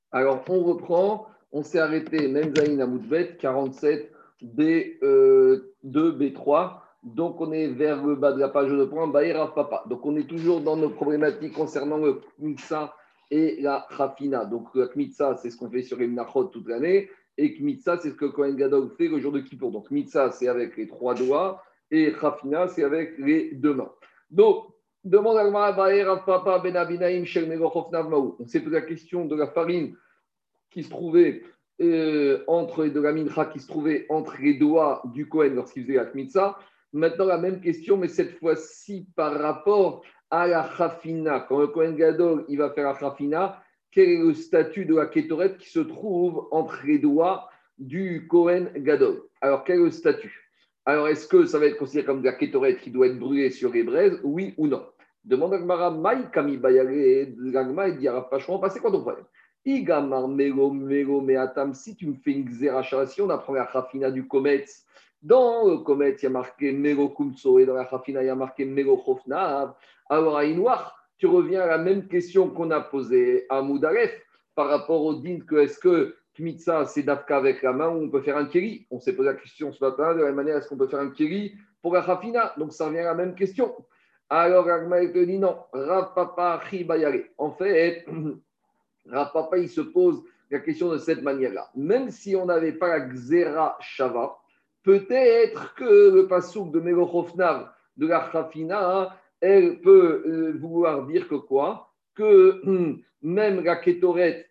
Alors, on reprend. On s'est arrêté, Menzaïn Amoudbet, 47, B2, B3. Donc, on est vers le bas de la page de point, Baïra Papa. Donc, on est toujours dans nos problématiques concernant le Kmitsa et la Khafina. Donc, la Kmitsa, c'est ce qu'on fait sur les Minachot toute l'année. Et Kmitsa, c'est ce que Kohen Gadol fait le jour de Kippour. Donc, Kmitsa, c'est avec les trois doigts. Et Khafina, c'est avec les deux mains. Donc, demande à Gmara, Baïra Papa, Ben Abinaim, Shel Megochov Navmaou. On s'est posé la question de la farine qui se trouvait entre de la mincha qui se trouvait entre les doigts du Kohen lorsqu'il faisait la kmitza. Maintenant, la même question, mais cette fois-ci par rapport à la chafina. Quand le Kohen Gadol il va faire la chafina, quel est le statut de la kétoret qui se trouve entre les doigts du Kohen Gadol? Alors, quel est le statut? Alors, est-ce que ça va être considéré comme de la kétoret qui doit être brûlée sur les braises? Oui ou non? Demande à Gmara, Maï Kami Bayale, l'Agma, il dit, pas choix, c'est quoi ton problème? Igamar melo melo meatam, si tu me fais une xéracha, si on apprend la rafina du Kometz, dans le Kometz, il y a marqué melo kumso et dans la rafina, il y a marqué melo chofnav. Alors à Inouach, tu reviens à la même question qu'on a posée à Moudaref par rapport au din que est-ce que Kmitsa c'est d'Afka avec la main ou on peut faire un kiri. On s'est posé la question ce matin de la même manière est-ce qu'on peut faire un kiri pour la rafina. Donc ça revient à la même question. Alors Agma te dit non, Rav Papa Chibayare. En fait, Rav Papa, il se pose la question de cette manière-là. Même si on n'avait pas la Xera Shava, peut-être que le pasouk de Melochofnav de la Khafina, elle peut vouloir dire que quoi? Que même la Ketoret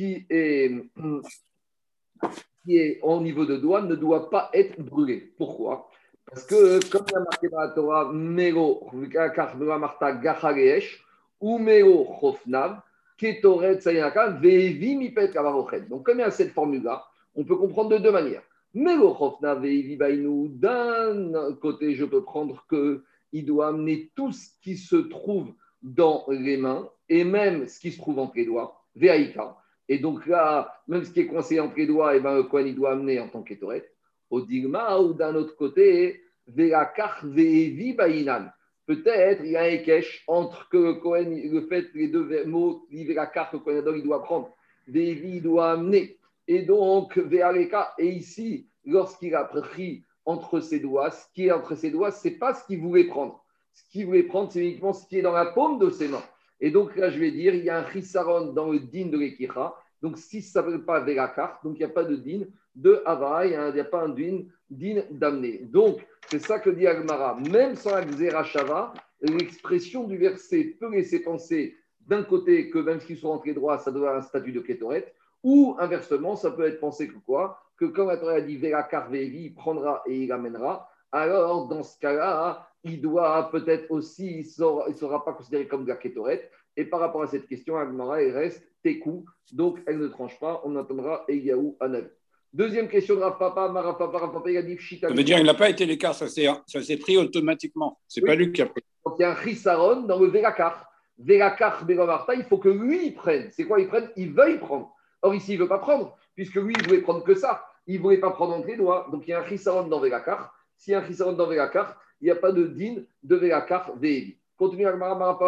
qui est au niveau de doigt ne doit pas être brûlée. Pourquoi? Parce que, comme il y a marqué dans la Torah, Melo, Marta, Gacharesh, ou Melo, Chofnav, Ketoret, Sayaka, Vevi, Mipet, Kavarochet. Donc, comme il y a cette formule-là, on peut comprendre de deux manières. Melo, Chofnav, Vevi, Bainu, d'un côté, je peux prendre qu'il doit amener tout ce qui se trouve dans les mains, et même ce qui se trouve entre les doigts, Veaïka. Et donc là, même ce qui est coincé entre les doigts, et ben, le Kohen, il doit amener en tant qu'étoret. Au digma, ou d'un autre côté, ve'akach ve'evi ba'inan. Peut-être il y a un ékesh entre que le Kohen, le fait, les deux mots, ve'akach, le Kohen, il doit prendre, ve'evi, il doit amener. Et donc, ve'areka, et ici, lorsqu'il a pris entre ses doigts, ce qui est entre ses doigts, ce n'est pas ce qu'il voulait prendre. Ce qu'il voulait prendre, c'est uniquement ce qui est dans la paume de ses mains. Et donc là, je vais dire, il y a un chisaron dans le din de l'Ekicha. Donc, si ça ne s'appelle pas Vegakar, donc il n'y a pas de din de Hava, il n'y a pas un din d'amener. Donc, c'est ça que dit Agmara. Même sans la Xera Shava, l'expression du verset peut laisser penser d'un côté que même s'ils sont rentrés droits, ça doit avoir un statut de Ketoret, ou inversement, ça peut être pensé que quoi? Que quand la Torah dit Vegakar Vevi, il prendra et il amènera. Alors, dans ce cas-là, il doit peut-être aussi, il ne sera pas considéré comme de la Ketoret. Et par rapport à cette question, Agmara, il reste Tekou, donc elle ne tranche pas. On attendra Eyahu Anavi. Deuxième question de Rav Papa, Rav Papa, il a dit Ça veut dire qu'il n'a pas été l'écart, ça s'est pris automatiquement. C'est oui. pas lui qui a pris. Donc il y a un Chisaron dans le Vegakar. Vegakar Begamarta, il faut que lui il prenne. C'est quoi il prenne? Il veuille prendre. Or ici, il ne veut pas prendre, puisque lui, il voulait prendre que ça. Il ne voulait pas prendre entre les doigts. Donc il y a un Chisaron dans Vegakar. S'il y a un Chisaron dans Vegakar, il n'y a pas de din de Vegakar Vevi. Continue à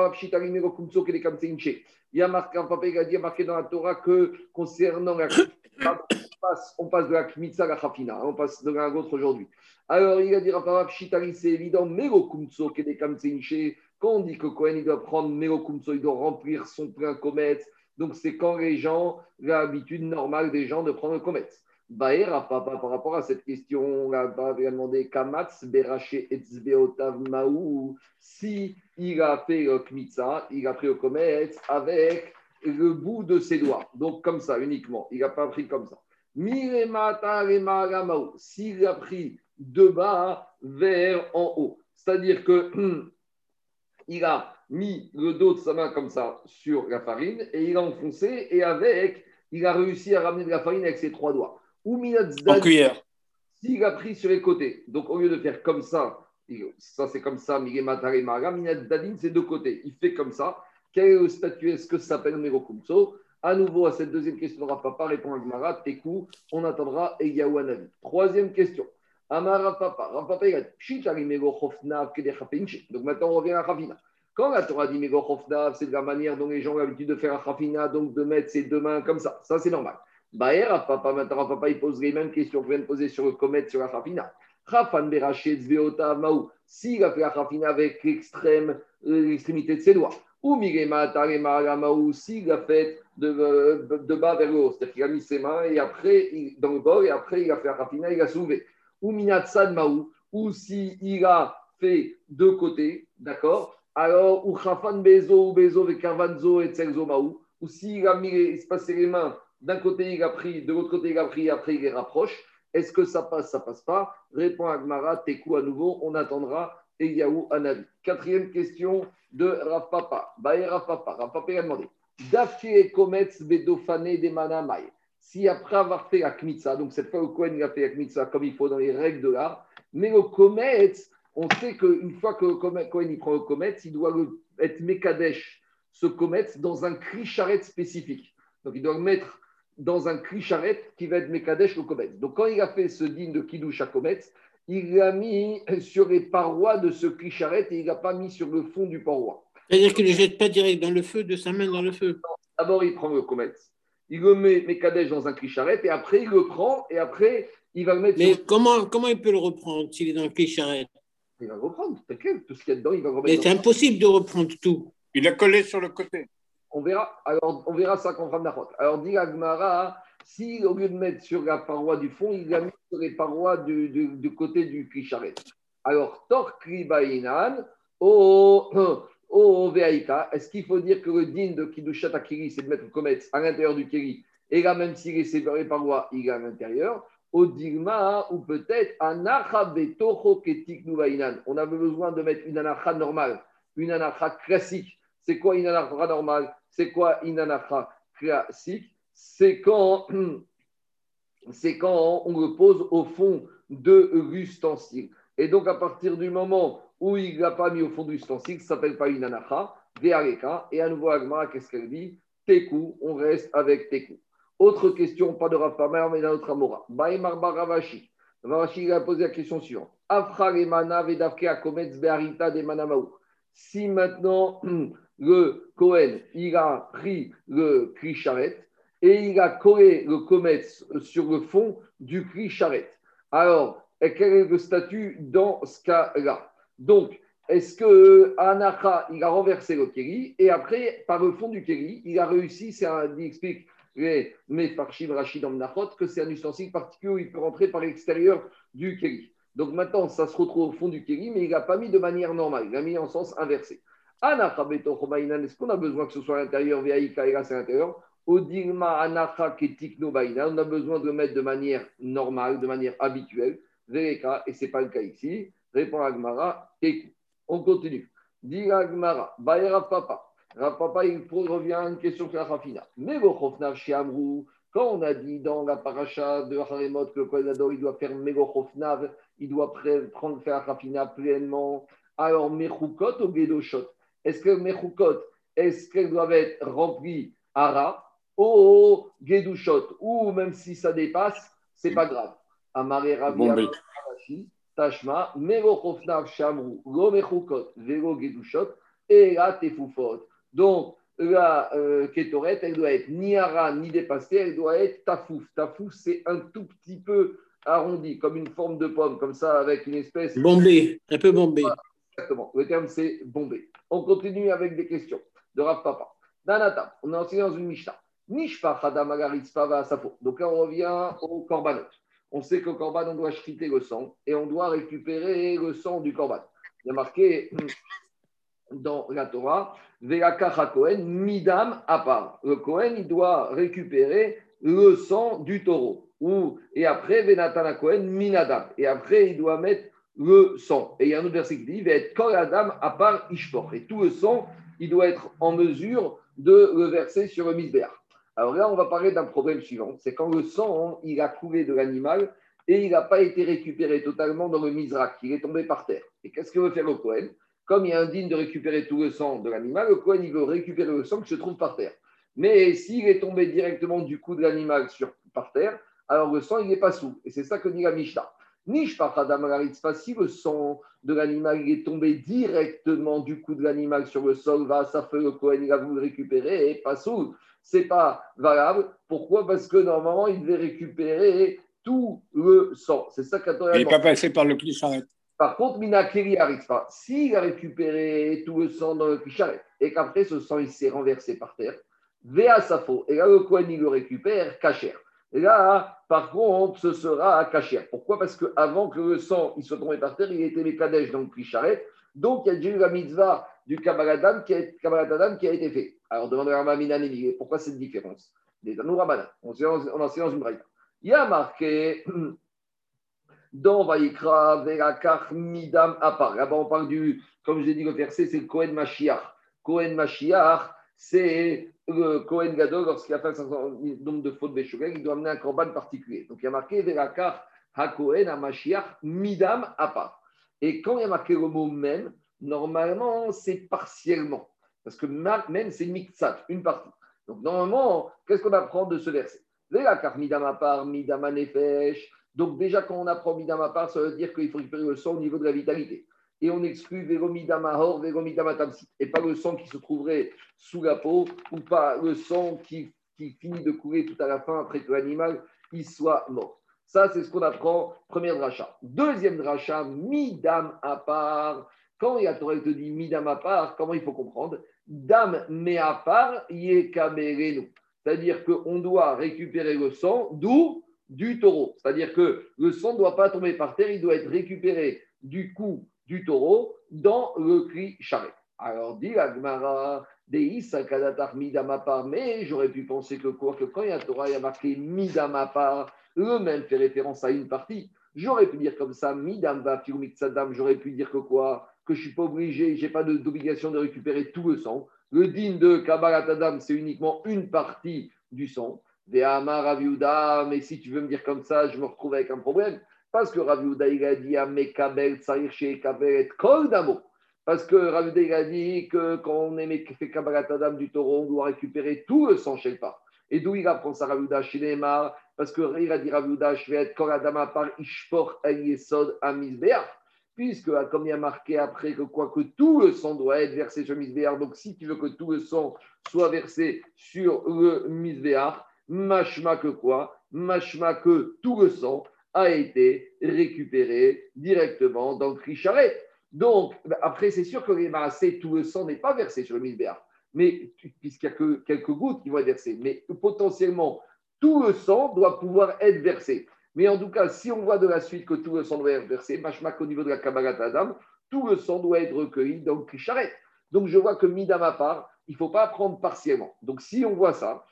il y a marqué, il a marqué dans la Torah que concernant la on passe de la Kmitza à la Khafina, on passe de l'un à l'autre aujourd'hui. Alors il a dit Pshitari, c'est évident, Merokumtso, quand on dit que Cohen il doit prendre Merokumtso, il doit remplir son plein comète, donc c'est quand les gens, l'habitude normale des gens de prendre le comète. Baera, papa, par rapport à cette question, on a demandé Kamatz, Beraché, Etzbeotav, Maou, si il a fait le Kmitza, il a pris le comète avec le bout de ses doigts. Donc, comme ça, uniquement. Il n'a pas pris comme ça. S'il a pris de bas vers en haut. C'est-à-dire que il a mis le dos de sa main comme ça sur la farine et il a enfoncé et avec, il a réussi à ramener de la farine avec ses trois doigts. Ou En cuillère. s'il a pris sur les côtés. Donc, au lieu de faire comme ça c'est comme ça, Minad c'est deux côtés. Il fait comme ça. Quel est le statut? Est-ce que ça s'appelle Merokumso? À nouveau, à cette deuxième question, Rav Papa répond à Gmara, Tekou, on attendra Eyahu Anavi. Troisième question. Amar Rav Papa, il a dit, donc maintenant on revient à Ravina. Quand la Torah dit Megochofnav, c'est de la manière dont les gens ont l'habitude de faire un Khafina, donc de mettre ses deux mains comme ça. Ça, c'est normal. Baer, Papa, maintenant, Papa, il pose les mêmes questions qu'on vient de poser sur le Komet, sur la Khafina. Khafan Berachet, Zveota, Maou. S'il a fait la Khafina avec l'extrémité de ses doigts, ou Mirema, Tarema, Maou, s'il a fait de bas vers le haut, c'est-à-dire qu'il a mis ses mains et après, dans le bol, et après, il a fait la Khafina, il a soulevé. Ou Minatsad, Maou, ou s'il a fait deux côtés, d'accord? Alors, ou Khafan Bezo, ou Bezo, avec Karvanzo et Tselzo Maou, ou s'il a mis, il se passait les mains, d'un côté il a pris, de l'autre côté il a pris, après il les rapproche. Est-ce que ça passe pas? Répond Agmara, Tekou à nouveau, on attendra, et Yaou Anavi. Quatrième question de Rav Papa. Baé Rav Papa. Rav Papa a demandé Dafke Kometz Bedofane de Manamai. Si après avoir fait la Kmitza, donc cette fois le Kohen il a fait la Kmitza comme il faut dans les règles de l'art, mais le Kometz, on sait qu'une fois que le Kohen il prend le Kometz, il doit être Mekadesh, ce Kometz, dans un cri charrette spécifique. Donc il doit le mettre dans un cri charrette qui va être Mekadesh le Kometz. Donc quand il a fait ce digne de Kiddush à Kometz, il l'a mis sur les parois de ce cri charrette et il ne l'a pas mis sur le fond du paroi. C'est-à-dire qu'il ne le jette pas direct dans le feu, de sa main dans le feu. D'abord, il prend le Kometz, il le met Mekadesh dans un cri charrette et après, il le prend et après, il va le mettre Mais sur... comment il peut le reprendre s'il est dans le cli charrette? Il va le reprendre, t'inquiète, tout ce qu'il y a dedans, il va le remettre. Mais c'est impossible de reprendre tout. Il a collé sur le côté. On verra. Alors, on verra ça quand on fera Nachot. Alors, dit Agmara, si au lieu de mettre sur la paroi du fond, il l'a mis sur les parois du côté du Krisharet. Alors, Torkri Bainan, Veaika, est-ce qu'il faut dire que le din de Kiddushat Akiri, c'est de mettre le Kometz à l'intérieur du Keri, et là, même s'il est séparé par parois, il est à l'intérieur, au Digma, ou peut-être Anacha Betocho Ketik Nuvainan. On avait besoin de mettre une Anacha normale, une Anacha classique. C'est quoi une Anacha normale? C'est quoi une anacha classique? C'est quand on le pose au fond de l'ustensile. Et donc, à partir du moment où il ne l'a pas mis au fond de l'ustensile, ça ne s'appelle pas une anacha, ve'areka. Et à nouveau, Agmara, qu'est-ce qu'elle dit? Tekou, on reste avec Tekou. Autre question, pas de Rav Pamer, mais d'un autre Amora. Baïmar Baravashi. Ravashi a posé la question suivante. Afra Remana Vedavke Akometz Beharita de Manamaou. Si maintenant le Kohen, il a pris le cri charrette et il a collé le Kometz sur le fond du cri charrette. Alors, quel est le statut dans ce cas-là? Donc, est-ce que Anacha, il a renversé le Kéli et après, par le fond du Kéli, il a réussi, il explique les Mefarshim Rachid Amnachot, que c'est un ustensile particulier où il peut rentrer par l'extérieur du Kéli. Donc maintenant, ça se retrouve au fond du Kéli, mais il n'a pas mis de manière normale, il l'a mis en sens inversé. Est-ce qu'on a besoin que ce soit à l'intérieur, Veaïka et là c'est à l'intérieur? Odilma Anacha Ketikno Baina, on a besoin de le mettre de manière normale, de manière habituelle, Veaïka, et ce n'est pas le cas ici. Répond Agmara, Teku. On continue. Dit Agmara, Baïra Papa. Papa, il revient à une question sur la Rafina. Mais Megochofnav Shiamrou, quand on a dit dans la paracha de Haremot que le Kohen Gadol, il doit faire Megochofnav, il doit faire Rafina pleinement, alors Mechukot ou Gedoshot? Est-ce que Mechukot, est-ce qu'elles doivent être remplies à Ra, ou Gedushot, ou même si ça dépasse, c'est pas grave. Amaré Rabbi Amashi, Tashma, Megochofnav Shamru, Lo Mechukot, Velo Gedushot, et la Tefufot. Donc, la Ketoret, elle doit être ni Ara, ni dépassée, elle doit être Tafouf. Tafouf, c'est un tout petit peu arrondi, comme une forme de pomme, comme ça, avec une espèce. Bombé, un peu bombé. Exactement. Le terme, c'est bombé. On continue avec des questions de Rav Papa. Danata, on est enseigné dans une Mishnah. Nishpa Chadam Agaritz Pava Safo. Donc là, on revient au korbanot. On sait qu'au korban, on doit shriter le sang et on doit récupérer le sang du korban. Il y a marqué dans la Torah, Ve'akacha Kohen, midam à part. Le Kohen, il doit récupérer le sang du taureau. Et après, Venatana Kohen, minadam. Et après, il doit mettre le sang. Et il y a un autre verset qui dit, il va être kol adam à part ishpor. Et tout le sang, il doit être en mesure de le verser sur le misbéach. Alors là, on va parler d'un problème suivant. C'est quand le sang, il a coulé de l'animal et il n'a pas été récupéré totalement dans le misrak. Il est tombé par terre. Et qu'est-ce que veut faire le Kohen? Comme il y a un digne de récupérer tout le sang de l'animal, le Kohen, il veut récupérer le sang qui se trouve par terre. Mais s'il est tombé directement du cou de l'animal par terre, alors le sang, il n'est pas sous. Et c'est ça que dit la Mishnah. Nishpachadam Haritzpa, si le sang de l'animal il est tombé directement du cou de l'animal sur le sol, va, ça fait le Kohen, il a voulu le récupérer, et pas sous. C'est pas valable. Pourquoi? Parce que normalement, il devait récupérer tout le sang. C'est ça qu'a Il n'est pas passé par le clicharet. Par contre, Minakiri n'arrive pas. S'il a récupéré tout le sang dans le clicharet et qu'après ce sang il s'est renversé par terre, Véa Safo, et là le Kohen il le récupère, Kacher. Et là, par contre, ce sera Kacher. Pourquoi? Parce qu'avant que le sang il soit tombé par terre, il était Mekadesh dans le clicharet. Donc, il y a déjà eu la mitzvah du Kabbaladam qui a été fait. Alors, demande à Ramamina Némigé, pourquoi cette différence? Des Anourabana, on enseigne dans une braïta. Il y a marqué dans Vaïkra, Verakar, Midam, Apar. Là-bas, on parle du, comme j'ai dit, le verset, c'est le Kohen Mashiach. Kohen Mashiach, c'est le Kohen Gadol, lorsqu'il a fait un certain nombre de fautes Béchogel, il doit amener un korban particulier. Donc, il y a marqué Verakar, HaKohen, HaMashiach, Midam, Apar. Et quand il y a marqué le mot même, normalement, c'est partiellement. Parce que même, c'est Miktsat, une partie. Donc, normalement, qu'est-ce qu'on apprend de ce verset? Verakar, Midam, Apar, Midam, Anefesh. Donc déjà, quand on apprend Midam Apar, ça veut dire qu'il faut récupérer le sang au niveau de la vitalité. Et on exclut Véromidam Ahor, Véromidam Atamsi. Et pas le sang qui se trouverait sous la peau, ou pas le sang qui finit de couler tout à la fin après que l'animal il soit mort. Ça, c'est ce qu'on apprend, première dracha. Deuxième dracha, Midam Apar. Quand la Torah te dit Midam Apar, comment il faut comprendre? Dam me Apar yekamerenu. C'est-à-dire qu'on doit récupérer le sang, d'où? Du taureau. C'est-à-dire que le sang ne doit pas tomber par terre, il doit être récupéré du cou du taureau dans le cri charret. Alors, dit la Gemara, mais j'aurais pu penser que quand il y a Torah, il y a marqué Midamapar, le même fait référence à une partie. J'aurais pu dire comme ça, Midam va Fiumiksadam, j'aurais pu dire que quoi? Que je ne suis pas obligé, je n'ai pas d'obligation de récupérer tout le sang. Le din de Kabbalatadam, c'est uniquement une partie du sang. Ve'amar Rav Yehuda, mais si tu veux me dire comme ça, je me retrouve avec un problème. Parce que Rav Yehuda, il a dit Amekabel, Tsarir, Shekabel, et Kol Damo. Parce que Rav Yehuda, il a dit que quand on fait Kabbalat Adam du taureau, on doit récupérer tout le sang chez le pas. Et d'où il apprend ça, Rav Yehuda, chez Neymar? Parce qu'il a dit Rav Yehuda, je vais être Kol Adama par Ishpor El Yesod Amisbeach. Puisque, comme il y a marqué après que quoi que tout le sang doit être versé sur le Misbéach, donc si tu veux que tout le sang soit versé sur le Misbéach, machma que quoi? Machma que tout le sang a été récupéré directement dans le Kricharet. Donc, après, c'est sûr que les maasés, tout le sang n'est pas versé sur le Misbéach, mais puisqu'il n'y a que quelques gouttes qui vont être versées, mais potentiellement, tout le sang doit pouvoir être versé. Mais en tout cas, si on voit de la suite que tout le sang doit être versé, machma qu'au niveau de la Kabbalat Adam, tout le sang doit être recueilli dans le Kricharet. Donc, je vois que Midam à part, il ne faut pas prendre partiellement. Donc, si on voit ça,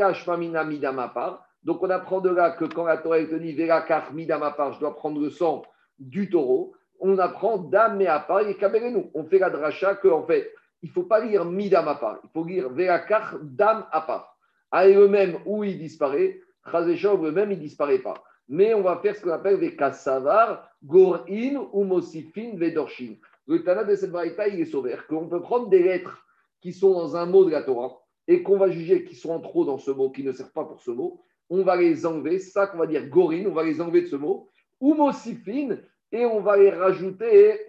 donc on apprend de là que quand la Torah te dit Verakar midamapar, je dois prendre le sang du taureau, on apprend dam meapar et kaberenu. On fait la dracha qu'en fait, il ne faut pas lire midamapar, il faut lire Verakar dam apar. À eux-mêmes où il disparaît, Chazéchov eux-mêmes il ne disparaît pas. Mais on va faire ce qu'on appelle des kassavar, gorin ou mosifin vedorshin. Le Tana de cette braïta, il est sauvé. Qu'on peut prendre des lettres qui sont dans un mot de la Torah et qu'on va juger qu'ils sont en trop dans ce mot, qui ne servent pas pour ce mot, on va les enlever, c'est ça qu'on va dire gorin, on va les enlever de ce mot, ou mosifin, et on va les rajouter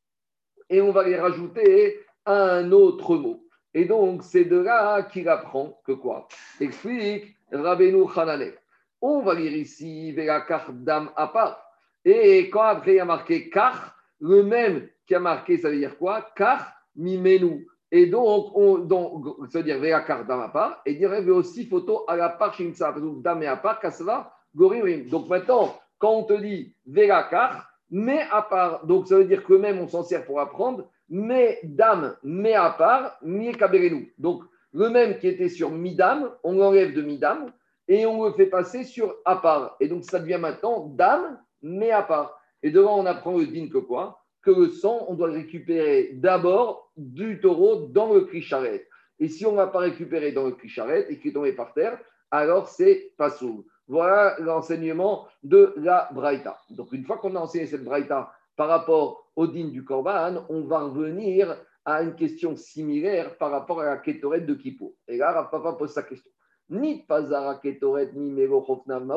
à un autre mot. Et donc, c'est de là qu'il apprend que quoi? Explique Rabbeinu Hananel. On va lire ici Verakar dam apart. Et quand après il y a marqué kar, le même qui a marqué, ça veut dire quoi? Kar mimenu. Et donc, ça veut dire Verakar dam apart, et dire aussi photo à la part shimsa, dam et apart, kasva, gorim. Donc maintenant, quand on te dit Verakar, mais à part, donc ça veut dire que même on s'en sert pour apprendre, mais dam, mais à part, mi kaberenu. Donc le même qui était sur midam, on l'enlève de midam et on le fait passer sur à part. Et donc ça devient maintenant dam, mais à part. Et devant on apprend le din que quoi? Que le sang, on doit le récupérer d'abord du taureau dans le kricharet. Et si on ne va pas récupérer dans le kricharet et qu'il est tombé par terre, alors c'est pas sourd. Voilà l'enseignement de la Braïta. Donc, une fois qu'on a enseigné cette Braïta par rapport au din du Korban, on va revenir à une question similaire par rapport à la Kétoret de Kippour. Et là, Rav Papa pose sa question. Ni Pazara Kétoret, ni Melo Chofnav Maou.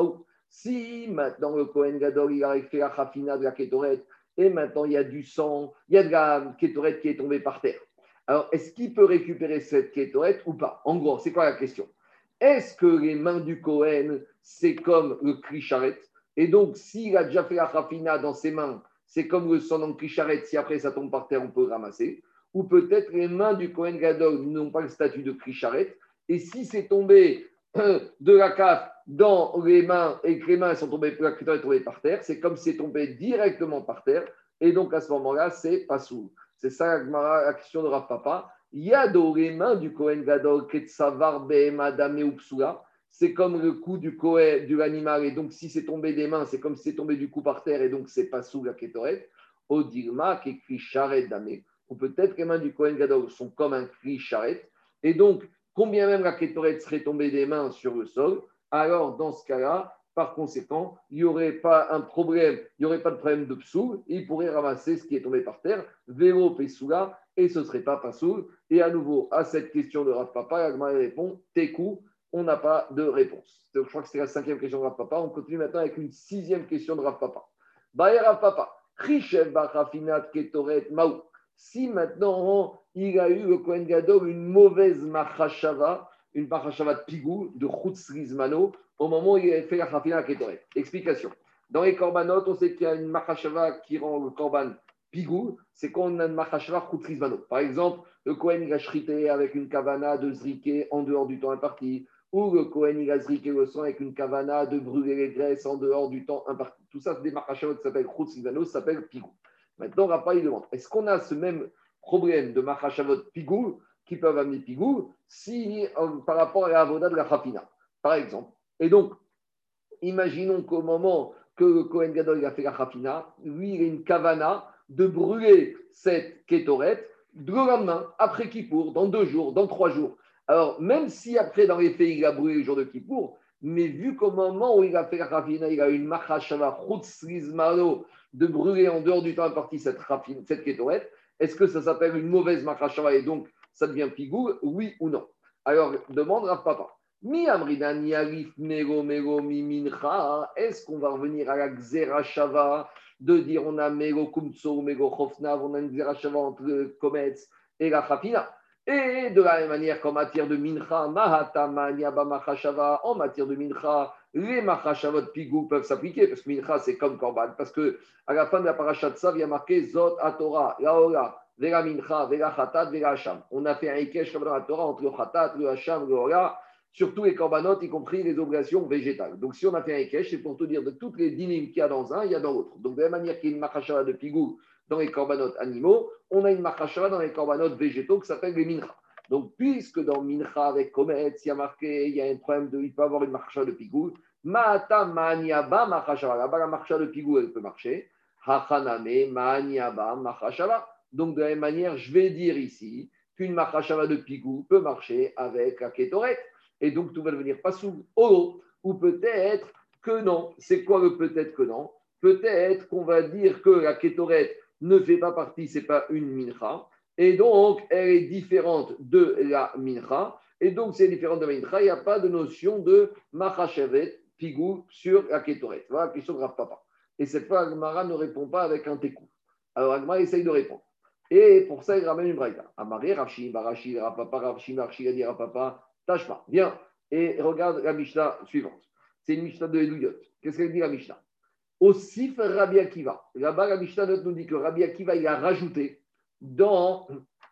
Si maintenant le Kohen Gadol, il a fait la Khafina de la Kétoret, et maintenant il y a du sang, il y a de la Kétoret qui est tombée par terre. Alors, est-ce qu'il peut récupérer cette Kétoret ou pas? En gros, c'est quoi la question? Est-ce que les mains du Kohen, c'est comme le Krisharet? Et donc, s'il a déjà fait la Khafina dans ses mains, c'est comme le sang dans le Krisharet, si après ça tombe par terre, on peut le ramasser. Ou peut-être les mains du Kohen Gadol n'ont pas le statut de Krisharet. Et si c'est tombé de la cave dans les mains et que les mains sont tombées, la Kétoret est tombée par terre, c'est comme si c'est tombé directement par terre. Et donc, à ce moment-là, c'est pas sourd. C'est ça la question de Rav Papa. Il y a dans les mains du Kohen Gadol, Ketsavar, Behema, ou Psula. C'est comme le coup du Kohen, de l'animal. Et donc, si c'est tombé des mains, c'est comme si c'est tombé du coup par terre. Et donc, c'est pas sous la Kétoret. Odirma, qui écrit Charet Damé. Ou peut-être que les mains du Kohen Gadol sont comme un cri Charet. Et donc, combien même la Kétoret serait tombée des mains sur le sol, alors dans ce cas-là, par conséquent, il n'y aurait pas un problème, il n'y aurait pas de problème de psoul, il pourrait ramasser ce qui est tombé par terre, vélo pesoula, et ce ne serait pas pasoul. Et à nouveau, à cette question de Rav Papa, Agma répond Tekou, on n'a pas de réponse. Donc, je crois que c'était la 5e question de Rav Papa. On continue maintenant avec une 6e question de Rav Papa. Baé Rav Papa, Rishev Bachafinat Ketoret Maou. Si maintenant il a eu le Kohen Gadol une mauvaise machashava, une machashava de pigou, de chutz rizmano, au moment où il a fait la chafina ketoret. Explication. Dans les korbanot, on sait qu'il y a une machashava qui rend le korban pigou, c'est quand on a une machashava chutz rizmano. Par exemple, le Kohen il a shrité avec une kavana de zriké en dehors du temps imparti, ou le Kohen il a zriké le sang avec une kavana de brûler les graisses en dehors du temps imparti. Tout ça, c'est des machashavot qui s'appellent chutz rizmano, ça s'appelle pigou. Maintenant, Rapa, il demande, est-ce qu'on a ce même problème de machashavot pigou qui peuvent amener pigou si, par rapport à la avoda de la chafina, par exemple. Et donc, imaginons qu'au moment que le Kohen Gadol a fait la chafina, lui, il a une kavana de brûler cette kétoret le lendemain, après Kippour, dans 2 jours, dans 3 jours. Alors, même si après, dans les faits, il a brûlé le jour de Kippour, mais vu qu'au moment où il a fait la chafina, il a eu une machashava chutz rizmano de brûler en dehors du temps imparti cette kétoret, est-ce que ça s'appelle une mauvaise machashava et donc ça devient pigou, oui ou non? Alors, demande Rav Papa. Mi amridan yarif mego mego mi mincha. Est-ce qu'on va revenir à la xerashava de dire on a mego kumtso, mego chofnav, on a une xerashava entre le kometz et la chafina? Et de la même manière qu'en matière de mincha, mahata maniaba machashava, en matière de mincha, les machashavot pigou peuvent s'appliquer, parce que mincha c'est comme korban, parce que à la fin de la parashat Tzav, il y a marqué Zot Atora, Laola, Vera Mincha, Vera Chatat, Vera Hacham. On a fait un Ikesh comme dans la Torah entre le Chatat, le Hacham, le Ola, sur tous les korbanot, y compris les obligations végétales. Donc si on a fait un Ikesh, c'est pour te dire de toutes les dynimes qu'il y a dans un, il y a dans l'autre. Donc de la même manière qu'il y a une machashava de pigou dans les korbanot animaux, on a une machashava dans les korbanot végétaux qui s'appelle les mincha. Donc, puisque dans mincha avec kometz, il y a marqué, il y a un problème de, il peut avoir une machashava de pigou, Ma'ata ma'aniaba machashava. Là-bas, la machashava de pigou, elle peut marcher. Hachaname ma'aniaba machashava. Donc, de la même manière, je vais dire ici qu'une machashava de pigou peut marcher avec la kétoret. Et donc, tout va devenir pas sous olo. Ou peut-être que non. C'est quoi le peut-être que non? Peut-être qu'on va dire que la kétoret ne fait pas partie, c'est pas une mincha. Et donc, elle est différente de la mincha. Et donc, c'est différent de la mincha. Il n'y a pas de notion de machashavet, pigou, sur la kétoret. Voilà la question de Rav Papa. Et cette fois, Agmara ne répond pas avec un tekou. Alors, Agmara essaye de répondre. Et pour ça, il ramène une braïta. Amaré, Rafshi, Barashi, Rapapa, Rafshi, Marchi, a dit Rapapa, tâche pas. Viens. Et regarde la Mishnah suivante. C'est une Mishnah de Edouyot. Qu'est-ce qu'elle dit, la Mishnah? Aussi, Rabbi Akiva. Là-bas, la Mishnah nous dit que Rabbi Akiva, il a rajouté dans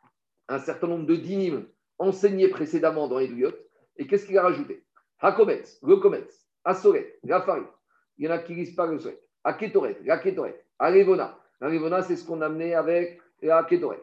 un certain nombre de dynimes enseignés précédemment dans Edouyot. Et qu'est-ce qu'il a rajouté? Hakometz, le Kometz, Asoret, la farine. Il y en a qui lisent pas le Soret. Aketoret, la Ketoret, Arevona. L'arevona, c'est ce qu'on a amené avec la Ketoret.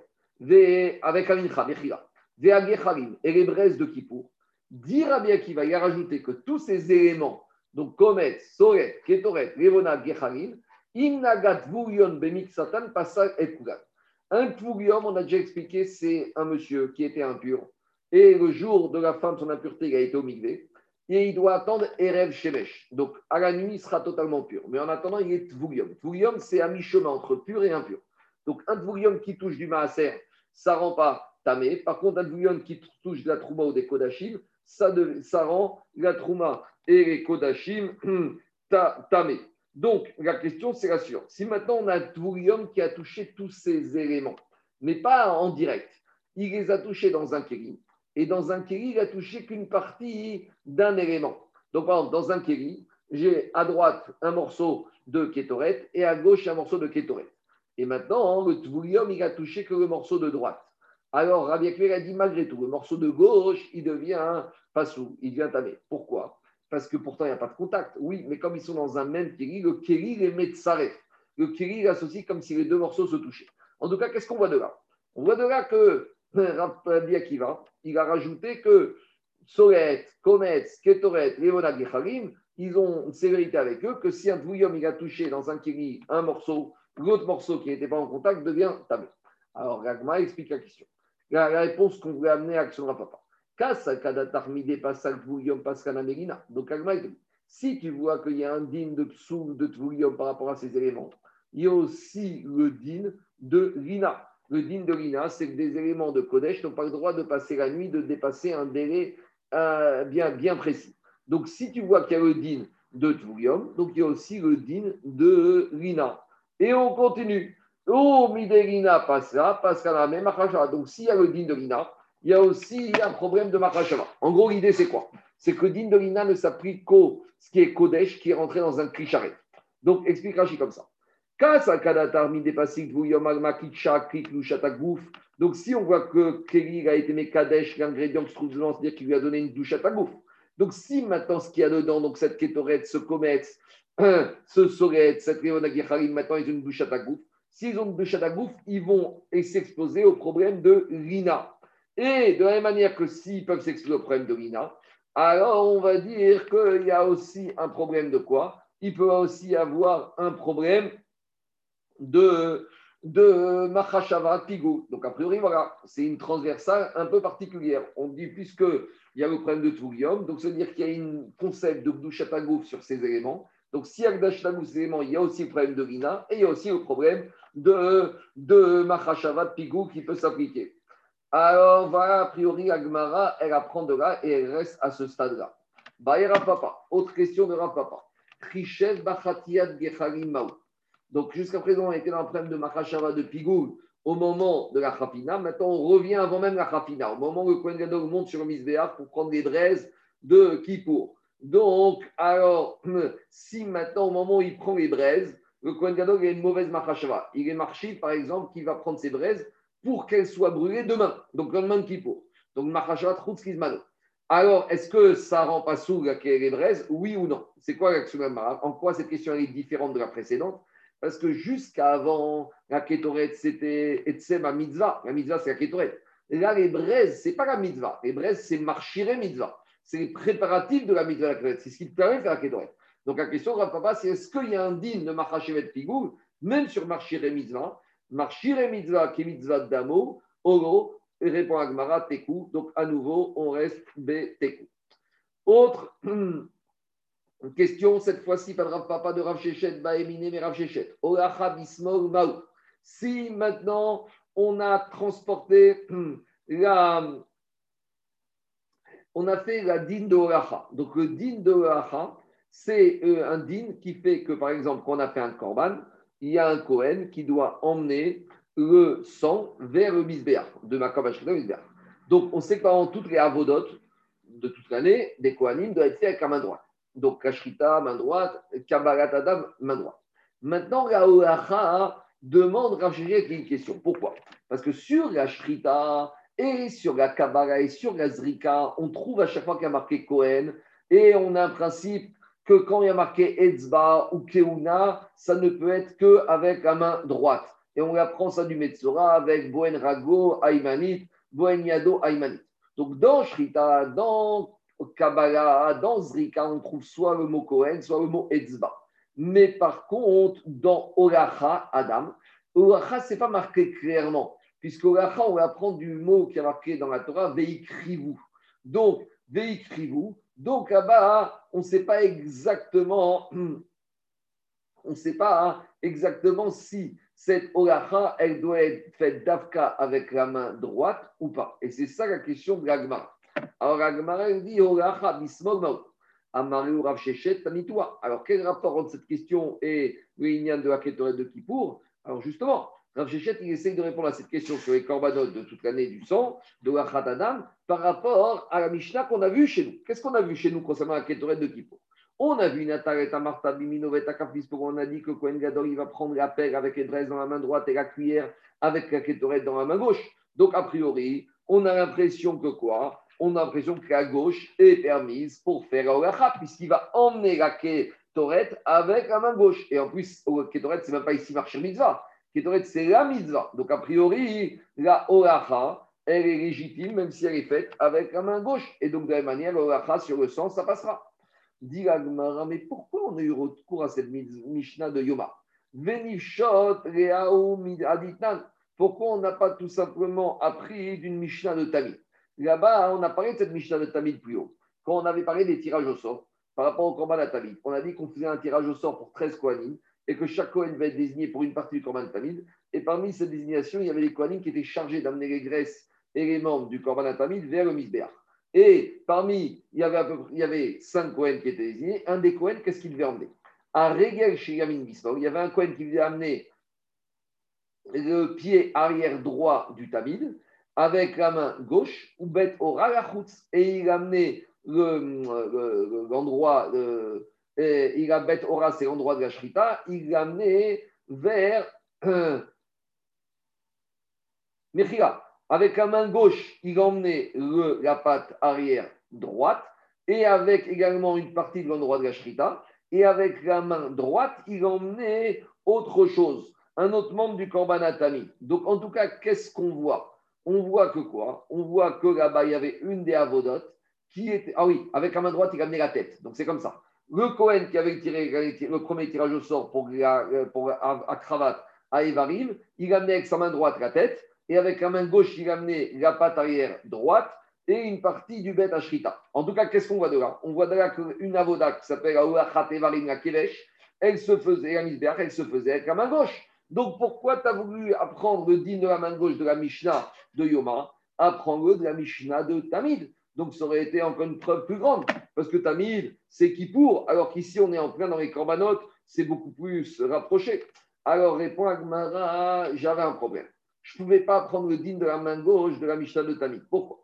Avec Amincha, Mechila. Veagechalim, et les braises de Kippour. Dit Rabbi Akiva, il a rajouté que tous ces éléments, donc Kometz, Soret, Ketoret, Revona, Gechalim, Imnagat Vurion Bemik Satan, Passal et Kugat. Un Tvurium, on a déjà expliqué, c'est un monsieur qui était impur. Et le jour de la fin de son impureté, il a été au Mikvé. Et il doit attendre Erev Shemesh. Donc, à la nuit, il sera totalement pur. Mais en attendant, il est Tvurium. Tvurium, c'est à mi-chemin entre pur et impur. Donc, un Tvurium qui touche du Maaser, ça ne rend pas tamé. Par contre, un Tvurium qui touche de la Trouma ou des Kodashim, ça rend la Trouma et les Kodashim tamé. Donc, la question, c'est la suivante. Si maintenant on a un Tvurium qui a touché tous ces éléments, mais pas en direct, il les a touchés dans un kéli, et dans un kéli, il a touché qu'une partie d'un élément. Donc, par exemple, dans un kéli, j'ai à droite un morceau de kétoret et à gauche un morceau de kétoret. Et maintenant, le Tvurium, il a touché que le morceau de droite. Alors, Rabbi Akiva a dit malgré tout, le morceau de gauche, il devient passou, il devient tamé. Pourquoi? Parce que pourtant, il n'y a pas de contact. Oui, mais comme ils sont dans un même kéli, le kéli les met tsaref. Le kéli l'associe comme si les deux morceaux se touchaient. En tout cas, qu'est-ce qu'on voit de là? On voit de là que Rabbi Akiva, il a rajouté que Solet, Kometz, Ketoret, Léonag et Chalim, ils ont une sévérité avec eux que si un Tvuyom il a touché dans un kéli un morceau, l'autre morceau qui n'était pas en contact devient tamé. Alors, Ragma explique la question. La réponse qu'on voulait amener à Action Rapapa. Donc, Ragma dit si tu vois qu'il y a un din de psoul de Tvuyom par rapport à ces éléments, il y a aussi le din de Rina. Le din de Rina, c'est que des éléments de Kodesh n'ont pas le droit de passer la nuit, de dépasser un délai bien précis. Donc, si tu vois qu'il y a le din de Tvuyom, donc il y a aussi le din de Rina. Et on continue. Oh, Miderina passe là, la même Machashava. Donc, s'il y a le din de Rina, il y a aussi un problème de Machashava. En gros, l'idée, c'est quoi? C'est que le din de Rina ne s'applique qu'au ce qui est Kodesh, qui est rentré dans un Krisharet. Donc, explique Rashi comme ça. Donc, si on voit que Kéli a été Mekadesh, l'ingrédient qui se trouve dedans, c'est-à-dire qu'il lui a donné une douche à tagouf. Donc, si maintenant ce qu'il y a dedans, donc cette Ketoret, ce Kometz, ce Soret, cette Léonagicharim, maintenant ils ont une douche à tagouf. S'ils ont une douche à tagouf, ils vont s'exposer au problème de l'INA. Et de la même manière que s'ils peuvent s'exposer au problème de l'INA, alors on va dire qu'il y a aussi un problème de quoi? Il peut aussi avoir un problème de Machashava Pigou. Donc, a priori, voilà, c'est une transversale un peu particulière. On dit, puisqu'il y a le problème de Tvurium, donc ça veut dire qu'il y a un concept de Gdushataguf sur ces éléments. Donc, s'il y a Gdushataguf sur ces éléments, il y a aussi le problème de Rina et il y a aussi le problème de Machashava Pigou qui peut s'appliquer. Alors, voilà, a priori, Agmara, elle apprend de là et elle reste à ce stade-là. Baïra Papa, autre question de Rapapa. Trichet Bachatiad Gechalim Maou. Donc, jusqu'à présent, on était dans le problème de Machashava de Pigoul au moment de la Khafina. Maintenant, on revient avant même la Khafina, au moment où le Kohen Gadol monte sur le Misbéach pour prendre les braises de Kippour. Donc, alors, si maintenant, au moment où il prend les braises, le Kohen Gadol a une mauvaise Machashava. Il est marché, par exemple, qui va prendre ses braises pour qu'elles soient brûlées demain, donc le lendemain de Kippour. Donc, Machashava Troutzkizmano. Alors, est-ce que ça rend pas sous les braises, oui ou non? C'est quoi l'action de Mara? En quoi cette question est différente de la précédente? Parce que jusqu'avant, la kétoret, c'était Etsem à mitzvah. La mitzvah, c'est la kétoret. Et là, les braises, ce n'est pas la mitzvah. Les braises, c'est marchiré mitzvah. C'est les préparatifs de la mitzvah, la kétoret. C'est ce qui te permet de faire la kétoret. Donc, la question, Papa, c'est est-ce qu'il y a un din de Machachevet Pigou, même sur marchiré mitzvah? Marchiré mitzvah, qui est mitzvah d'amo, oro, répond Agmara, tekou. Donc, à nouveau, on reste B, tekou. Autre. Une question, cette fois-ci, pas de Rav Papa de Rav Shechet, Baemine, mais Rav Shechet. Olacha bismol maou. Si maintenant on a transporté on a fait la din de Olacha. Donc le din de Olacha, c'est un din qui fait que, par exemple, quand on a fait un korban, il y a un Kohen qui doit emmener le sang vers le Misbéach, de Makam Ashrita Misbéach. Donc on sait que pendant toutes les avodotes de toute l'année, des Kohanim doivent être faits avec la main droite. Donc, Kashrita, main droite, Kabbalat Adam, main droite. Maintenant, la Olacha demande Rav Shechet une question. Pourquoi? Parce que sur la Shrita et sur la Kabbalah et sur la Zrika, on trouve à chaque fois qu'il y a marqué Kohen et on a un principe que quand il y a marqué Etzba ou Keuna, ça ne peut être qu'avec la main droite. Et on apprend ça du Metzora avec Bohen Rago, Aymanit, Bohen Yado, Aymanit. Donc, dans Shrita, dans Kabbalah, dans Zrika, on trouve soit le mot Kohen, soit le mot Etzba. Mais par contre, dans Olacha, Adam, Olacha, ce n'est pas marqué clairement, puisque Olacha, on va prendre du mot qui est marqué dans la Torah, Veikrivu. Donc, Veikrivu. Donc là-bas, on ne sait pas exactement, si cette Olacha, elle doit être faite d'Avka avec la main droite ou pas. Et c'est ça la question de l'Agmara. Alors, la Gemara dit Olacha bismol maou. Amaru Rav Shechet Tanitoua. Alors, quel rapport entre cette question et le Inyan de la Ketoret de Kippour? Alors, justement, Rav Shechet, il essaye de répondre à cette question sur les corbanotes de toute l'année du sang, de la Khatadam, par rapport à la Mishnah qu'on a vue chez nous. Qu'est-ce qu'on a vu chez nous concernant la Ketoret de Kippour? On a vu Nataret Amarta Biminovet Akafis, pour on a dit que Kohen Gadol, il va prendre la pelle avec les dresses dans la main droite et la cuillère avec la Ketoret dans la main gauche. Donc, a priori, on a l'impression que quoi? On a l'impression que la gauche est permise pour faire la Olacha, puisqu'il va emmener la Ketoret avec la main gauche. Et en plus, Ketoret, c'est même pas ici marcher mitzvah. Ketoret, c'est la mitzvah. Donc, a priori, la Olacha, elle est légitime, même si elle est faite avec la main gauche. Et donc, de la même manière, la Olacha sur le sang, ça passera. Dit la Gemara, mais pourquoi on a eu recours à cette Mishnah de Yoma? Venishot Reaou Aditnan. Pourquoi on n'a pas tout simplement appris d'une Mishnah de Tamid? Là-bas, on a parlé de cette Mishnah de Tamid plus haut. Quand on avait parlé des tirages au sort par rapport au Korban à Tamid, on a dit qu'on faisait un tirage au sort pour 13 Kohanim et que chaque Kohen va être désigné pour une partie du Korban à Tamid. Et parmi ces désignations, il y avait les Kohanim qui étaient chargés d'amener les graisses et les membres du Korban à Tamid vers le Misbéach. Et parmi, il y avait 5 Kohen qui étaient désignés. Un des Kohen, qu'est-ce qu'il devait emmener? À Regel chez Yamin Bismol, il y avait un Kohen qui devait amener le pied arrière droit du Tamid avec la main gauche, ou bet ora la chutz, et il a amené l'endroit, il a bet ora, c'est l'endroit de la shrita, il l'a amené vers Mechila. Avec la main gauche, il a emmené la patte arrière droite, et avec également une partie de l'endroit de la shrita, et avec la main droite, il a emmené autre chose, un autre membre du Korban Tamid. Donc, en tout cas, qu'est-ce qu'on voit? On voit que quoi? On voit que là-bas, il y avait une des avodotes qui était. Ah oui, avec la main droite, il a amené la tête. Donc, c'est comme ça. Le Kohen qui avait tiré le premier tirage au sort pour à cravate à Evarim, il a amené avec sa main droite la tête, et avec la main gauche, il a amené la patte arrière droite et une partie du Bet Ashrita. En tout cas, qu'est-ce qu'on voit de là? On voit de là qu'une avoda qui s'appelle Aouachat Evarim la Kevesh, elle se faisait, la Misbeach, elle se faisait avec la main gauche. Donc, pourquoi tu as voulu apprendre le din de la main gauche de la Mishnah de Yoma? Apprends-le de la Mishnah de Tamid. Donc, ça aurait été encore une preuve plus grande. Parce que Tamid, c'est Kippour, alors qu'ici, on est en plein dans les corbanotes, c'est beaucoup plus rapproché. Alors, répond Agmara, j'avais un problème. Je ne pouvais pas prendre le din de la main gauche de la Mishnah de Tamid. Pourquoi?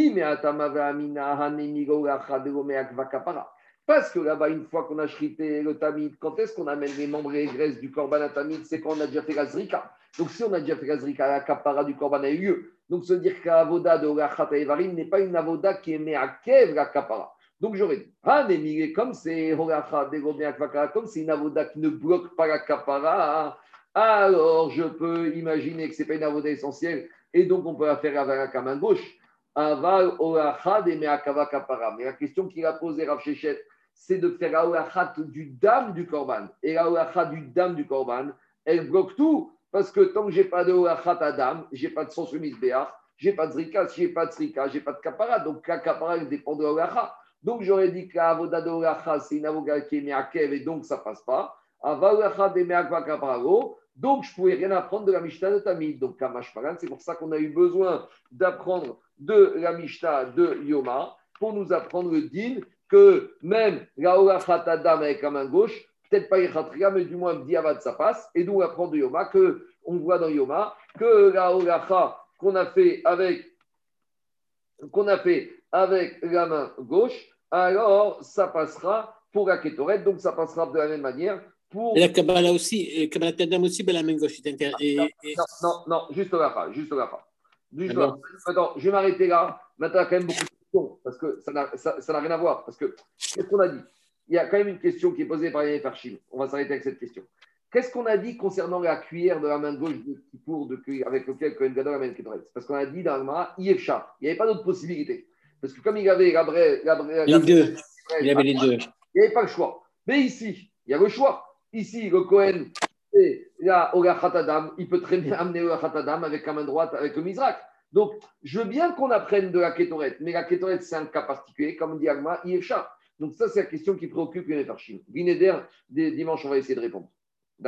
Parce que là-bas, une fois qu'on a shrité le tamid, quand est-ce qu'on amène les membres et les graisses du korban à tamid? C'est quand on a déjà fait la zrika. Donc, si on a déjà fait la zrika, la kapara du korban a eu lieu. Donc, se dire que l'avoda de Orachat Evarim n'est pas une avoda qui est me'akev la kapara. Donc, j'aurais dit, comme c'est Orachat de comme c'est une avoda qui ne bloque pas la kapara, alors je peux imaginer que ce n'est pas une avoda essentielle et donc on peut la faire avec la main gauche. Aval Orachat et me'akava kapara. Mais la question qu'il a posée Rav Shechet, c'est de faire la olachat du dam du korban. Et la olachat du dam du korban, elle bloque tout. Parce que tant que je n'ai pas de olachat à dam, je n'ai pas de sens misbéach, je n'ai pas de zrika, si je n'ai pas de zrika, je n'ai pas de kapara. Donc la kapara, elle dépend de la olachat. Donc j'aurais dit que la avoda de olachat, c'est une avoda qui est meakev et donc ça ne passe pas. Aval olachat et meakva kaparo. Donc je ne pouvais rien apprendre de la Mishnah de Tamid. Donc Kamash Paran, c'est pour ça qu'on a eu besoin d'apprendre de la Mishnah de Yoma pour nous apprendre le din que même la Olachat Adam avec la main gauche, peut-être pas Yechatria, mais du moins Diavad ça passe. Et donc on apprend de Yoma qu'on voit dans Yoma que la Olachat qu'on a fait avec la main gauche, alors ça passera pour la Ketoret, donc ça passera de la même manière. Et la Kabbalah aussi, et Kabbalah Tadam aussi, ben la main gauche. Non, juste la fin. Attends, je vais m'arrêter là. Maintenant, il y a quand même beaucoup de questions, parce que ça n'a rien à voir. Parce que, qu'est-ce qu'on a dit? Il y a quand même une question qui est posée par Yann Farchim. On va s'arrêter avec cette question. Qu'est-ce qu'on a dit concernant la cuillère de la main gauche de Kippour avec lequel Kohen Gadol amène Ketoret? Parce qu'on a dit dans le Gemara, Yefcha. Il n'y avait pas d'autre possibilité. Parce que comme il avait les deux. Il y avait les deux. Il n'y avait pas le choix. Mais ici, il y a le choix. Ici, le Kohen, c'est la Olachat Adam, il peut très bien amener Olachat Adam avec la main droite, avec le Mizrak. Donc, je veux bien qu'on apprenne de la Ketoret, mais la Ketoret, c'est un cas particulier, comme dit Agma, Yefcha. Donc, ça, c'est la question qui préoccupe les Farchim. Vinéder, dimanche, on va essayer de répondre.